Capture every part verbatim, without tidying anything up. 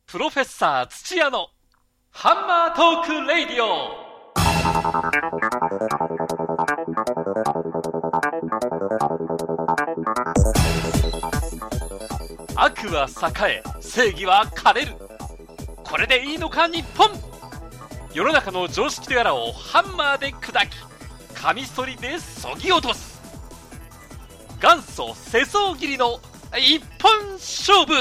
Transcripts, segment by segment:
プロフェッサー土屋のハンマートークレイディオ。悪は栄え、正義は枯れる。これでいいのか日本。世の中の常識とやらをハンマーで砕き、カミソリでそぎ落とす。元祖世相切りの一本勝負。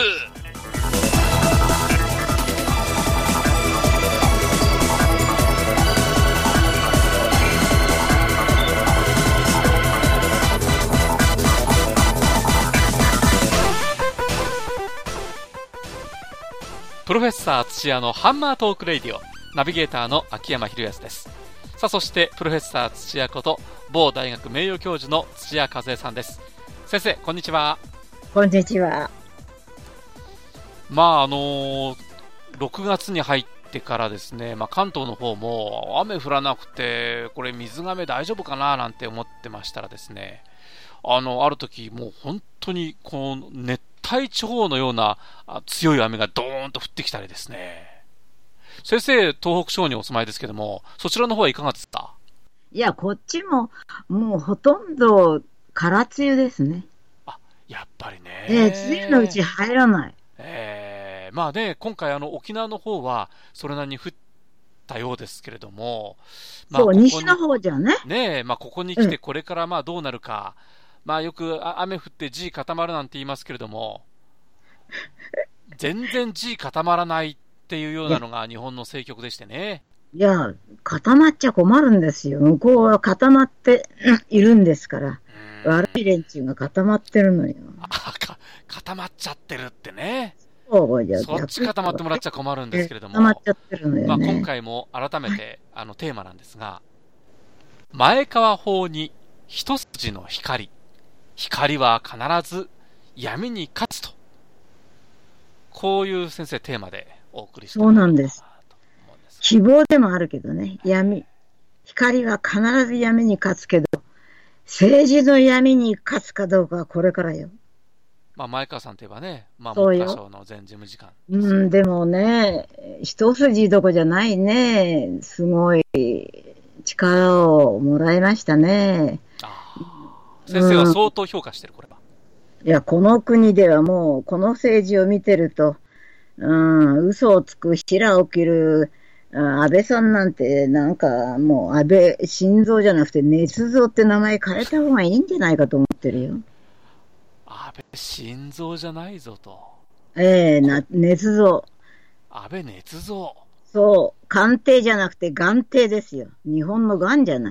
プロフェッサー土屋のハンマートークレイディオ、ナビゲーターの秋山博康です。さあ、そしてプロフェッサー土屋こと某大学名誉教授の土屋和恵さんです。先生、こんにちは。 こんにちは。 まああのー、ろくがつに入ってからですね、まあ、関東の方も雨降らなくて、これ水がめ大丈夫かななんて思ってましたらですね、あのある時もう本当にこの熱帯地方のような強い雨がドーンと降ってきたりですね。先生、東北地方にお住まいですけども、そちらの方はいかがですか？ いや、こっちももうほとんど空梅雨ですね。 あ、やっぱりね。 えー、梅雨のうち入らない。 えー、まあね、今回あの沖縄の方はそれなりに降ったようですけれども、まあ、 そう、 ここ西の方じゃね。 ねえ、まあ、ここに来てこれからまあどうなるか、うん、まあよく雨降って地固まるなんて言いますけれども、全然地固まらないっていうようなのが日本の政局でしてね。 いや、固まっちゃ困るんですよ。向こうは固まっているんですから。悪い連中が固まってるのよ。 あか固まっちゃってるってね。 そうじゃ、 そっち固まってもらっちゃ困るんですけれども、 固まっちゃってるのよね。 まあ、今回も改めてあのテーマなんですが、前川法に一筋の光、光は必ず闇に勝つと、こういう先生テーマでお送りしてそうなんです。希望でもあるけどね、闇、光は必ず闇に勝つけど、政治の闇に勝つかどうかはこれからよ。 まあ、前川さんといえばね、まあ、文科省の前事務次官。 うん、でもね、一筋どこじゃないね。すごい力をもらいましたね。 あ、先生は相当評価してる、これは。 いや、この国ではもう、この政治を見てると、うん、嘘をつく、白を切る、安倍さんなんて、なんかもう安倍晋三じゃなくて捏造って名前変えた方がいいんじゃないかと思ってるよ。 安倍晋三じゃないぞと。 ええー、な、捏造。 安倍捏造。 そう、官邸じゃなくて眼邸ですよ。日本の眼じゃない。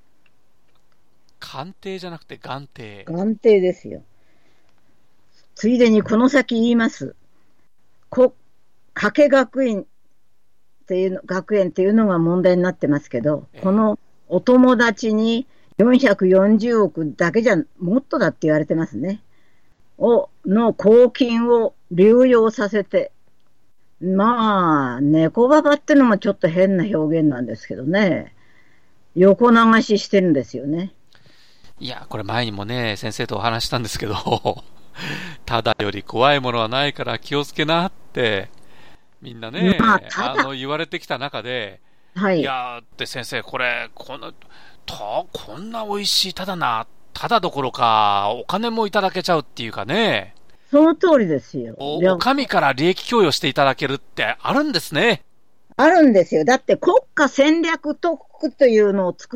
官邸じゃなくて眼邸。 眼邸ですよ。ついでにこの先言います。こ、加計学院っていうの、学園っていうのが問題になってますけど、えー、このお友達によんひゃくよんじゅうおくだけじゃもっとだって言われてますね。を、の公金を流用させて、まあ、猫ババってのもちょっと変な表現なんですけどね。横流ししてるんですよね。 いや、これ前にもね、先生とお話したんですけど、ただより怖いものはないから気をつけなって、みんなね、まあ、あの言われてきた中で、はい、いやって先生、これ、この、と、こんな美味しい、ただな、ただどころか、お金もいただけちゃうっていうかね。 その通りですよ。 お、お上から利益供与していただけるってあるんですね。 あるんですよ。だって国家戦略特区というのを作って、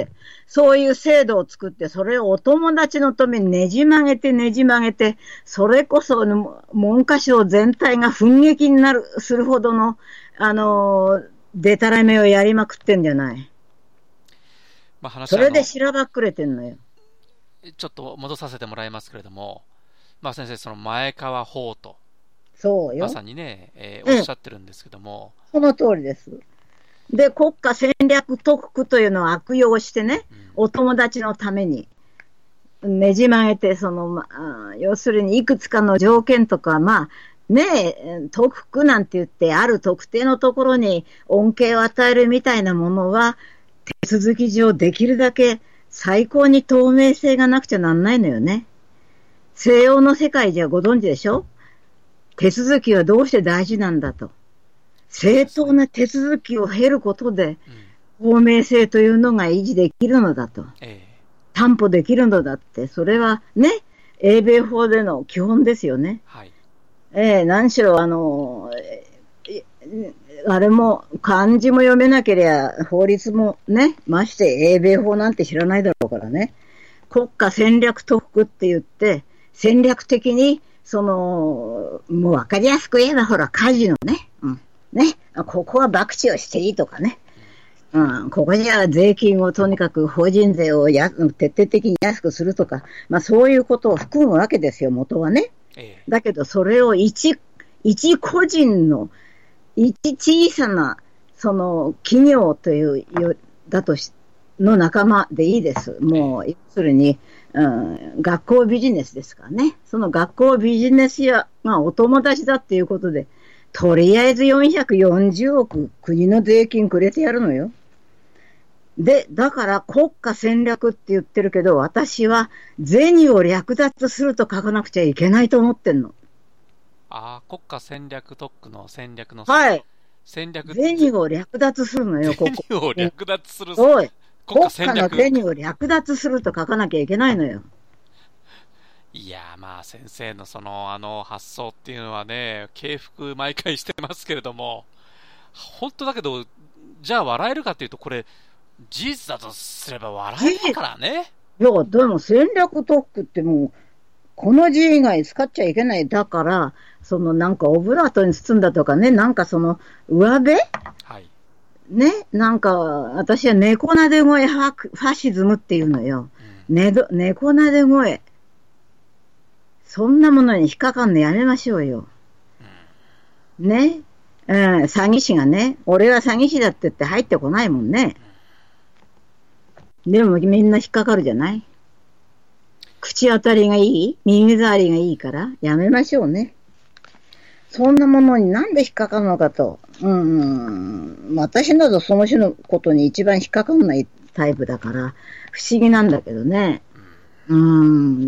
そういう制度を作って、それをお友達のためにねじ曲げてねじ曲げて、それこそ文科省全体が奮撃になる、するほどの、あの、でたらめをやりまくってんじゃない。まあ、話それでしらばっくれてんのよ。 ちょっと戻させてもらいますけれども、まあ先生、その前川法と、 そうよ。 まさにね、えー、おっしゃってるんですけども、 うん、その通りです。で、国家戦略特区というのを悪用してね、うん、お友達のためにねじ曲げて、その、まあ、要するにいくつかの条件とか、まあ、ねえ、特区なんて言って、ある特定のところに恩恵を与えるみたいなものは、手続き上できるだけ最高に透明性がなくちゃなんないのよね。西洋の世界じゃご存知でしょ？ 手続きはどうして大事なんだと。正当な手続きを経ることで、公明性というのが維持できるのだと。担保できるのだって、それはね、英米法での基本ですよね。はい、えー、何しろ、あの、あれも漢字も読めなければ法律もね、まして英米法なんて知らないだろうからね。国家戦略特区って言って、戦略的に、その、もうわかりやすく言えば、ほら、カジノね。うん。ね。ここは博打をしていいとかね。うん。ここじゃ税金をとにかく法人税をや徹底的に安くするとか、まあそういうことを含むわけですよ、元はね。ええ、だけど、それを一、一個人の、一小さな、その、企業という、だとし、の仲間でいいです。もう、要するに、うん、学校ビジネスですからね。その学校ビジネスや、まあ、お友達だっていうことで、とりあえずよんひゃくよんじゅうおく国の税金くれてやるのよ。で、だから国家戦略って言ってるけど、私は銭を略奪すると書かなくちゃいけないと思ってんの。 ああ、国家戦略特区の戦略の。 はい。 戦略。 銭を略奪するのよ、ここ。 銭を略奪する。 おい。国家の銭を略奪すると書かなきゃいけないのよ。 いやー、まあ先生のそのあの発想っていうのはね、敬服毎回してますけれども、本当だけど、じゃあ笑えるかっていうと、これ事実だとすれば笑えないからね。 いや、でも戦略特区ってもうこの字以外使っちゃいけない。だからそのなんかオブラートに包んだとかね、なんかその上辺。はい。ね、なんか、私は猫なで声ファ、ファシズムっていうのよ。うん、ねど、猫なで声。そんなものに引っかかんのやめましょうよ。うん、ね、うん、詐欺師がね、俺は詐欺師だって言って入ってこないもんね。うん、でもみんな引っかかるじゃない？口当たりがいい？耳障りがいいから、やめましょうね。そんなものになんで引っかかるのかと。うん、私などその種のことに一番引っかかんないタイプだから、不思議なんだけどね。うん、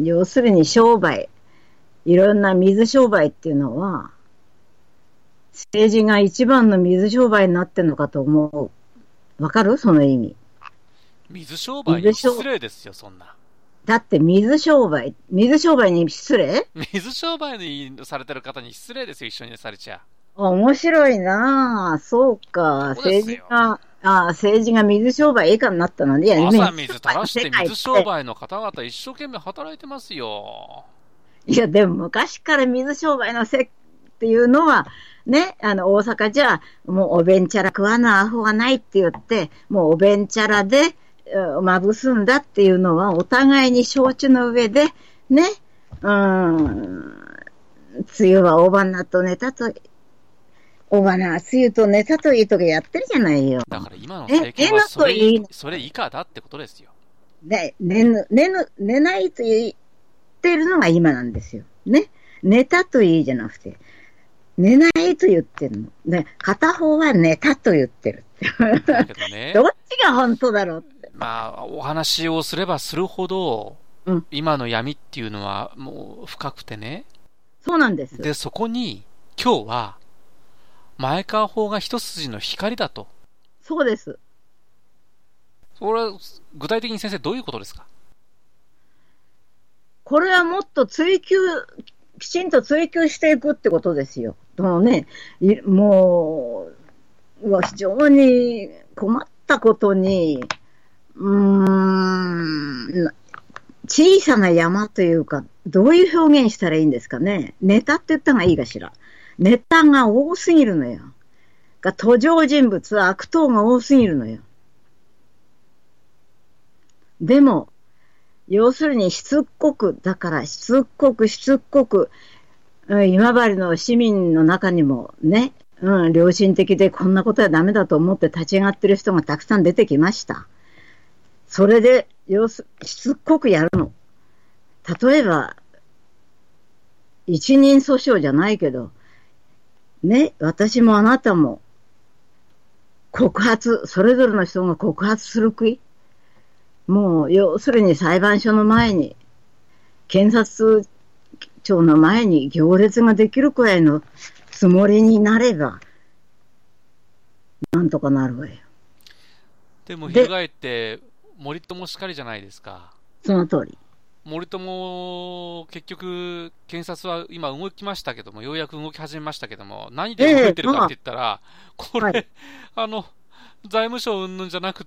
要するに商売、いろんな水商売っていうのは、政治が一番の水商売になってるのかと思う。わかる？その意味。 水商売に失礼ですよ、そんな。 だって水商売、水商売に失礼？ 水商売にされてる方に失礼ですよ、一緒にされちゃ。 面白いなぁ。そうか。政治が、あ政治が水商売以下になったので、 朝水垂らして水商売の方々一生懸命働いてますよ。 いや、でも昔から水商売のせっていうのは、ね、あの、大阪じゃ、もうおべんちゃら食わなアホがないって言って、もうおべんちゃらで、まぶすんだっていうのは、お互いに承知の上で、ね、うーん、梅雨は大花と寝たと、おばな、つゆと寝たといいとかやってるじゃないよ。 だから今の政権はそれ、ええそれ以下だってことですよ。 ね、寝ぬ、寝ぬ、寝ないと言ってるのが今なんですよ。ね。寝たといいじゃなくて、寝ないと言ってるの。ね、片方は寝たと言ってる。だけどね。どっちが本当だろうって。 まあ、お話をすればするほど、うん、今の闇っていうのはもう深くてね。 そうなんです。 で、そこに今日は、前川法が一筋の光だと。 そうです。 それは具体的に先生どういうことですか？ これはもっと追求、きちんと追求していくってことですよ。そのね、もう、非常に困ったことに、うーん、小さな山というか、どういう表現したらいいんですかね。ネタって言った方がいいかしら。ネタが多すぎるのよ。が登場人物、悪党が多すぎるのよ。でも、要するにしつこく、だからしつこくしつこく、今治の市民の中にもね、うん、良心的でこんなことはダメだと思って立ち上がってる人がたくさん出てきました。それで、要す、しつこくやるの。例えば、一人訴訟じゃないけど、ね、私もあなたも、告発、それぞれの人が告発する杭。もう、要するに裁判所の前に、検察庁の前に行列ができるくらいのつもりになれば、なんとかなるわよ。 でも翻って森友しかりじゃないですか。 その通り。 森友、結局、検察は今動きましたけども、ようやく動き始めましたけども、何で動いてるかって言ったら、えー、これ、はい、あの、財務省云々じゃなくって、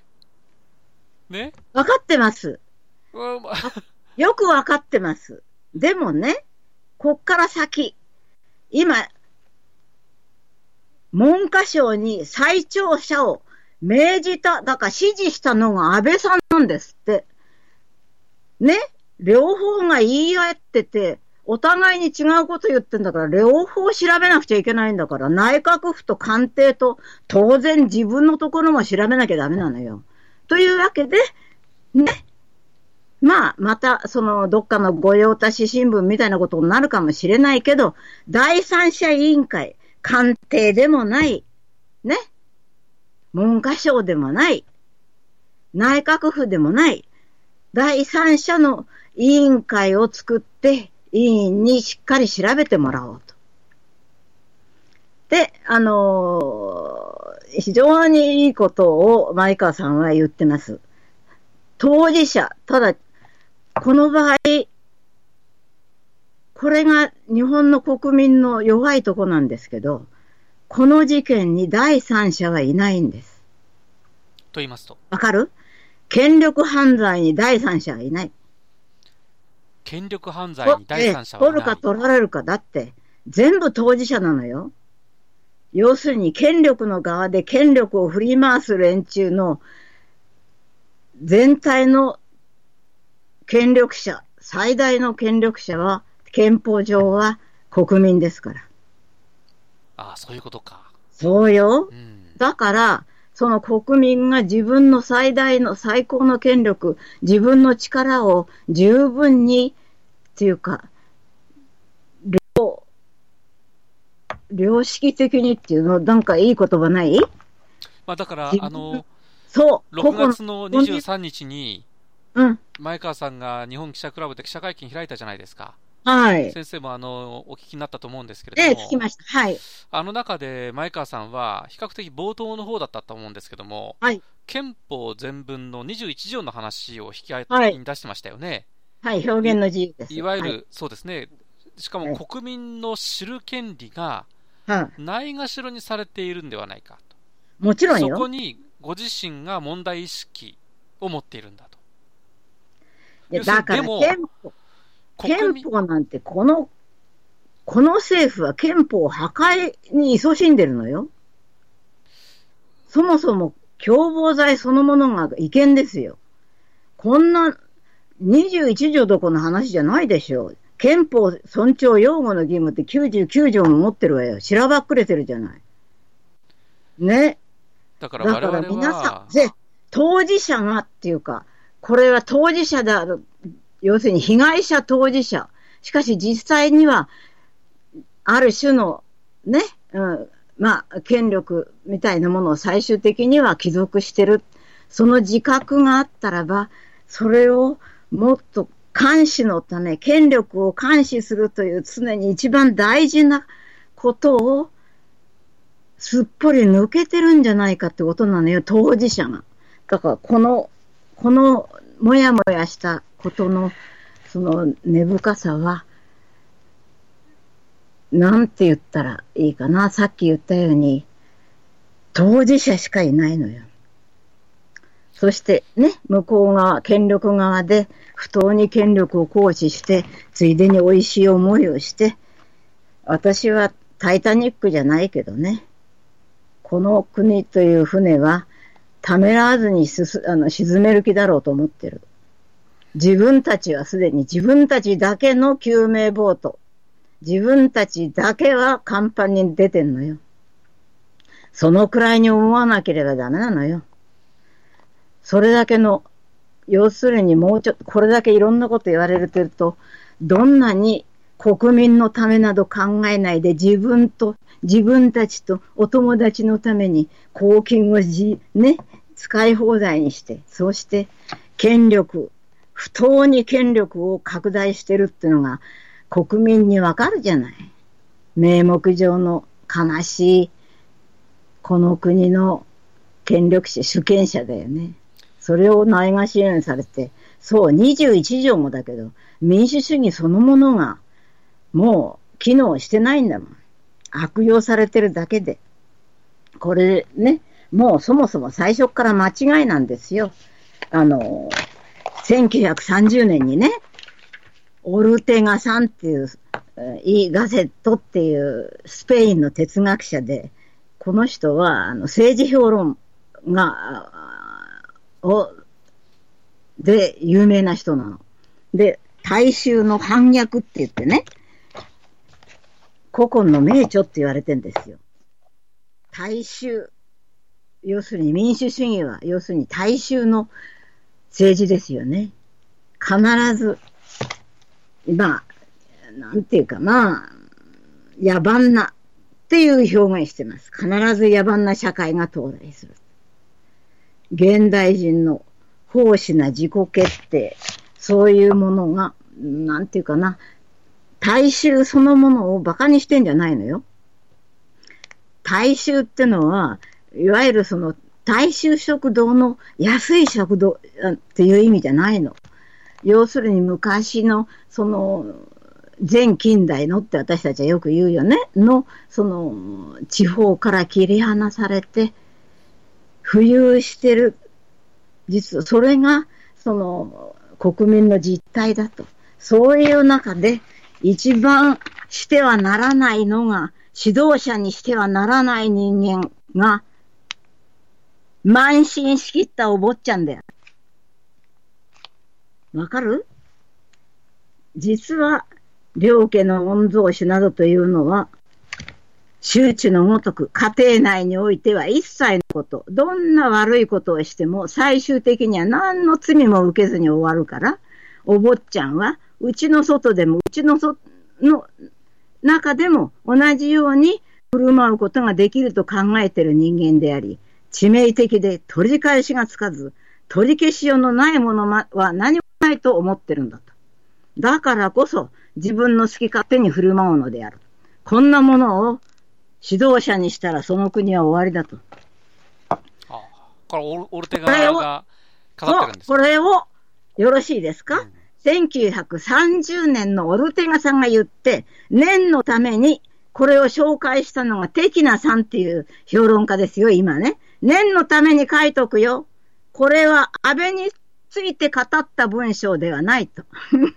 ね。 分かってます。よく分かってます。でもね、こっから先、今、文科省に再調査を命じた、だから指示したのが安倍さんなんですって。ね、両方が言い合ってて、お互いに違うこと言ってんだから、両方調べなくちゃいけないんだから、内閣府と官邸と、当然自分のところも調べなきゃダメなのよ。というわけで、ね、まあ、また、その、どっかの御用達新聞みたいなことになるかもしれないけど、第三者委員会、官邸でもない、ね、文科省でもない、内閣府でもない、第三者の委員会を作って、委員にしっかり調べてもらおうと。で、あのー、非常にいいことを前川さんは言ってます。当事者、ただ、この場合、これが日本の国民の弱いとこなんですけど、この事件に第三者はいないんです。 と言いますと？ わかる？権力犯罪に第三者はいない。 権力犯罪に第三者はいない。 取るか取られるかだって、全部当事者なのよ。要するに権力の側で権力を振り回す連中の全体の権力者、最大の権力者は憲法上は国民ですから。 ああ、そういうことか。 そうよ。 うん、だから、その国民が自分の最大の最高の権力、自分の力を十分に、っていうか、良、良識的にっていうの、なんかいい言葉ない？ まあだから、あの、 そう、 ろくがつのにじゅうさんにちに、 うん、 前川さんが日本記者クラブで記者会見開いたじゃないですか。 はい。 先生もあのお聞きになったと思うんですけれども、 ええ、聞きました。はい。 あの中で前川さんは比較的冒頭の方だったと思うんですけども、 はい、 憲法全文のにじゅういち条の話を引き合いに出してましたよね。 はい、はい、表現の自由です。 い, いわゆる、 はい、 そうですね。しかも国民の知る権利がないがしろにされているんではないかと。 もちろんよ。 そこにご自身が問題意識を持っているんだと。 いやだから憲法憲法なんてこの、この政府は憲法破壊に勤しんでるのよ。そもそも共謀罪そのものが違憲ですよ。こんなにじゅういち条どこの話じゃないでしょう。憲法尊重擁護の義務ってきゅうじゅうきゅう条も持ってるわよ。しらばっくれてるじゃない。ね。 だから我々は。だから皆さん、で、当事者がっていうか、これは当事者である。要するに被害者当事者。しかし実際には、ある種のね、うん、まあ、権力みたいなものを最終的には帰属してる。その自覚があったらば、それをもっと監視のため、権力を監視するという常に一番大事なことをすっぽり抜けてるんじゃないかってことなのよ、当事者が。だからこの、このもやもやしたことのその根深さは、なんて言ったらいいかな。さっき言ったように、当事者しかいないのよ。そしてね、向こう側、権力側で不当に権力を行使して、ついでに美味しい思いをして、私はタイタニックじゃないけどね、この国という船はためらわずにすすあの沈める気だろうと思ってる。自分たちはすでに自分たちだけの救命ボート、自分たちだけは甲板に出てんのよ。そのくらいに思わなければダメなのよ。それだけの、要するにもうちょっと、これだけいろんなこと言われてると、どんなに国民のためなど考えないで自分と、自分たちとお友達のために公金をじ、ね、使い放題にして、そうして権力、不当に権力を拡大してるっていうのが、 国民にわかるじゃない。名目上の悲しい、この国の権力者、主権者だよね。それをないがしろにされて、そう、にじゅういち条もだけど、民主主義そのものが、もう、機能してないんだもん。悪用されてるだけで。これね、もうそもそも最初から間違いなんですよ。あの、せんきゅうひゃくさんじゅうねんにね、オルテガさんっていう、イ・ガセットっていうスペインの哲学者で、この人はあの政治評論が、を、で有名な人なの。で、大衆の反逆って言ってね、古今の名著って言われてんですよ。大衆、要するに民主主義は、要するに大衆の政治ですよね。必ず、まあ、なんていうかな、野蛮なっていう表現してます。必ず野蛮な社会が到来する。現代人の奉仕な自己決定、そういうものが、なんていうかな、大衆そのものを馬鹿にしてんじゃないのよ。大衆ってのは、いわゆるその大衆食堂の安い食堂っていう意味じゃないの。要するに昔の、その、前近代のって私たちはよく言うよね。の、その、地方から切り離されて、浮遊してる。実は、それが、その、国民の実態だと。そういう中で、一番してはならないのが、指導者にしてはならない人間が、慢心しきったお坊ちゃんだよ。わかる？実は、両家の御曹司などというのは、周知のごとく家庭内においては一切のこと、どんな悪いことをしても最終的には何の罪も受けずに終わるから、お坊ちゃんは、うちの外でも、うちのその中でも同じように振る舞うことができると考えている人間であり、致命的で取り返しがつかず、取り消しようのないものは何もないと思ってるんだと。だからこそ自分の好き勝手に振る舞うのである。こんなものを指導者にしたらその国は終わりだと。 ああ、これオルテガが語ってるんですか？ これを、よろしいですか？うん、せんきゅうひゃくさんじゅうねんのオルテガさんが言って、念のためにこれを紹介したのがテキナさんっていう評論家ですよ、今ね。念のために書いとくよ。これは安倍について語った文章ではないと。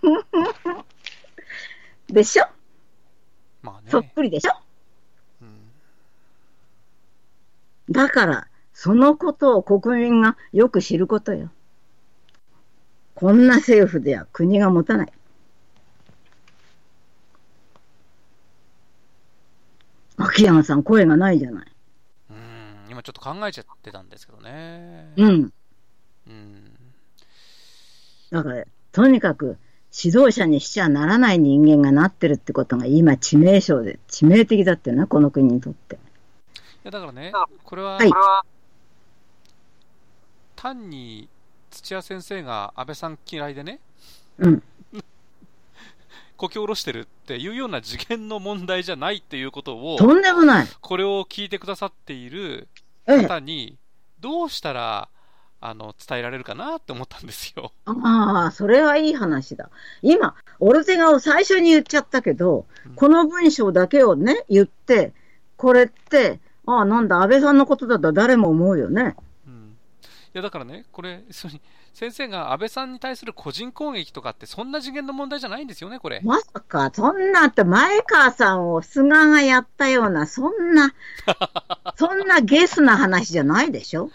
でしょ？まあね。そっくりでしょ？うん、だから、そのことを国民がよく知ることよ。こんな政府では国が持たない。秋山さん、声がないじゃない。 うーん、今ちょっと考えちゃってたんですけどね。 うん。うん。だから、とにかく、指導者にしちゃならない人間がなってるってことが今致命傷で、致命的だってな、この国にとって。いや、だからね、これは、 はい、 単に土屋先生が安倍さん嫌いでね、 うん。 こき下ろしてるっていうような次元の問題じゃないっていうことを、 とんでもない。 これを聞いてくださっている方に、どうしたら、あの、伝えられるかなって思ったんですよ。 ああ、それはいい話だ。今、オルテガを最初に言っちゃったけど、うん、この文章だけをね、言って、これって、ああ、なんだ、安倍さんのことだったら誰も思うよね。 うん。いや、だからね、これ、先生が安倍さんに対する個人攻撃とかって、そんな次元の問題じゃないんですよね、これ。 まさか、そんなって前川さんを菅がやったような、そんな、そんなゲスな話じゃないでしょ。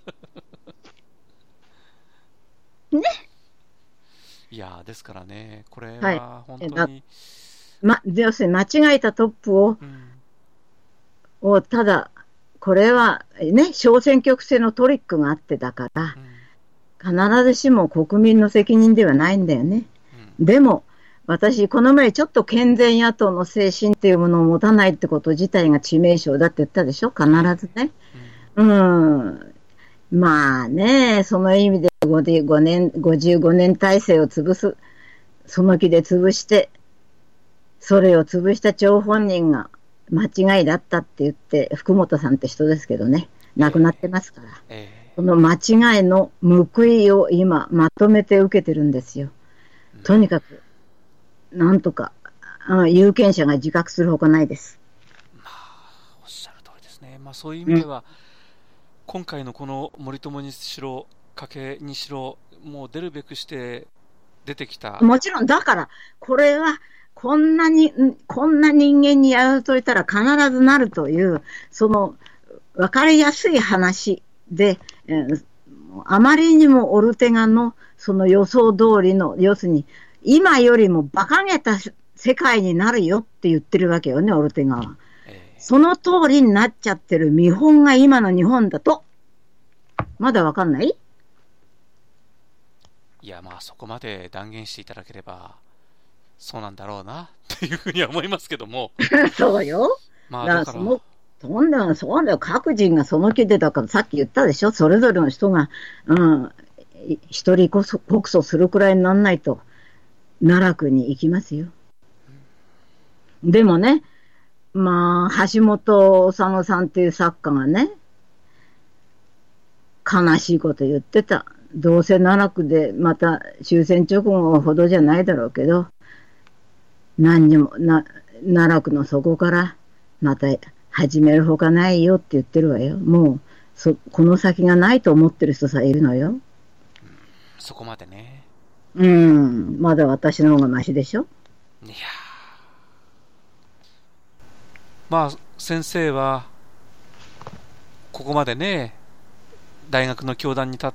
ね。 いやですからね、これは本当に、 ま、要するに間違えたトップを、うん、をただこれはね、小選挙区制のトリックがあってだから、うん、必ずしも国民の責任ではないんだよね。うん、でも私この前ちょっと健全野党の精神っていうものを持たないってこと自体が致命傷だって言ったでしょ、必ずね。うん、うんまあね、その意味でごじゅうごねん、ごじゅうごねん体制を潰す、その気で潰して、 それを潰した張本人が間違いだったって言って、福本さんって人ですけどね、亡くなってますから、えー、この間違いの報いを今まとめて受けてるんですよ。とにかくなんとか有権者が自覚するほかないです。 まあ、おっしゃる通りですね。まあ、そういう意味では、うん、今回のこの森友にしろ加計にしろ、もう出るべくして出てきた。 もちろんだからこれはこんなにこんな人間にやらといたら必ずなるというその分かりやすい話で、えー、あまりにもオルテガのその予想通りの、要するに今よりも馬鹿げた世界になるよって言ってるわけよね、オルテガは。えー、その通りになっちゃってる見本が今の日本だと。まだわかんない？ いや、まあそこまで断言していただければそうなんだろうなっていうふうには思いますけども。 そうよ。まあ、だからそのそんなそうだよ、各人がその気で、だからさっき言ったでしょ、それぞれの人が、うん、一人こそ告訴するくらいになんないと奈落に行きますよ。うん、でもね、まあ橋本治さんっていう作家がね、悲しいこと言ってた。どうせ奈落でまた終戦直後ほどじゃないだろうけど、何にもな奈落の底からまた始めるほかないよって言ってるわよ。もうそこの先がないと思ってる人さえいるのよ。 そこまでね。 うん、まだ私の方がマシでしょ。 いや、まあ先生はここまでね、大学の教壇に立って、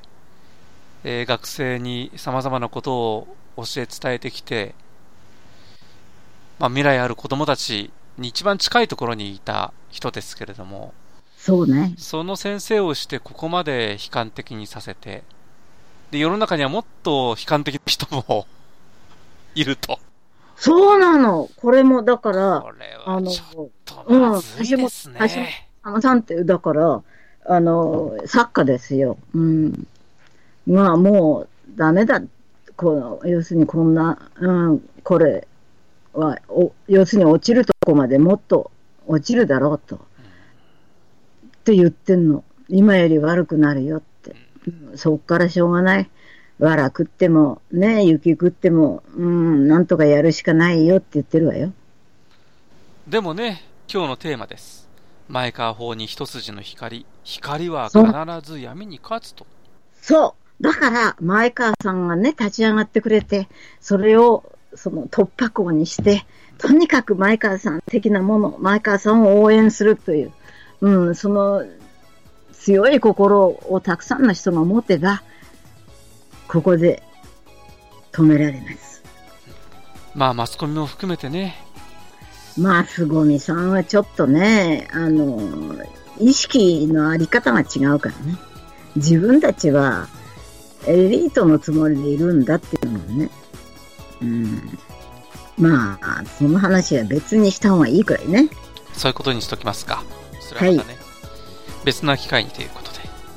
えー、学生にさまざまなことを教え伝えてきて、まあ、未来ある子どもたちに一番近いところにいた人ですけれども、 そうね、 その先生をしてここまで悲観的にさせて、で世の中にはもっと悲観的な人もいると。 そうなの。これもだからこれはちょっとまずいですね。 橋本さんってだからあの作家ですよ。うん。まあもうダメだ。この要するにこんな、うん、これはお要するに落ちるとこまでもっと落ちるだろうと、うん、って言ってんの。今より悪くなるよって、うん、そっからしょうがない。藁食ってもね、雪食っても、うん、なんとかやるしかないよって言ってるわよ。 でもね、今日のテーマです。前川法に一筋の光、光は必ず闇に勝つと。 そう。だから前川さんがね立ち上がってくれて、それをその突破口にして、とにかく前川さん的なもの、前川さんを応援するという、うん、その強い心をたくさんの人が持てば、ここで止められます。 まあマスコミも含めてね。 マスコミさんはちょっとね、あの意識のあり方が違うからね。自分たちはエリートのつもりでいるんだっていうのね。うん。まあその話は別にした方がいいくらいね。 そういうことにしときますか。それはまたね、はい、別な機会にということで。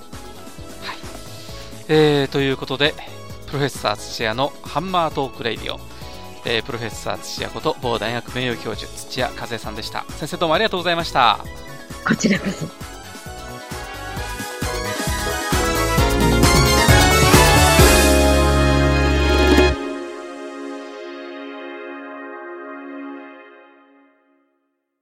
えー、ということでプロフェッサー土屋のハンマートークレイディオ、えー、プロフェッサー土屋こと某大学名誉教授土屋和恵さんでした。先生どうもありがとうございました。 こちらこそ。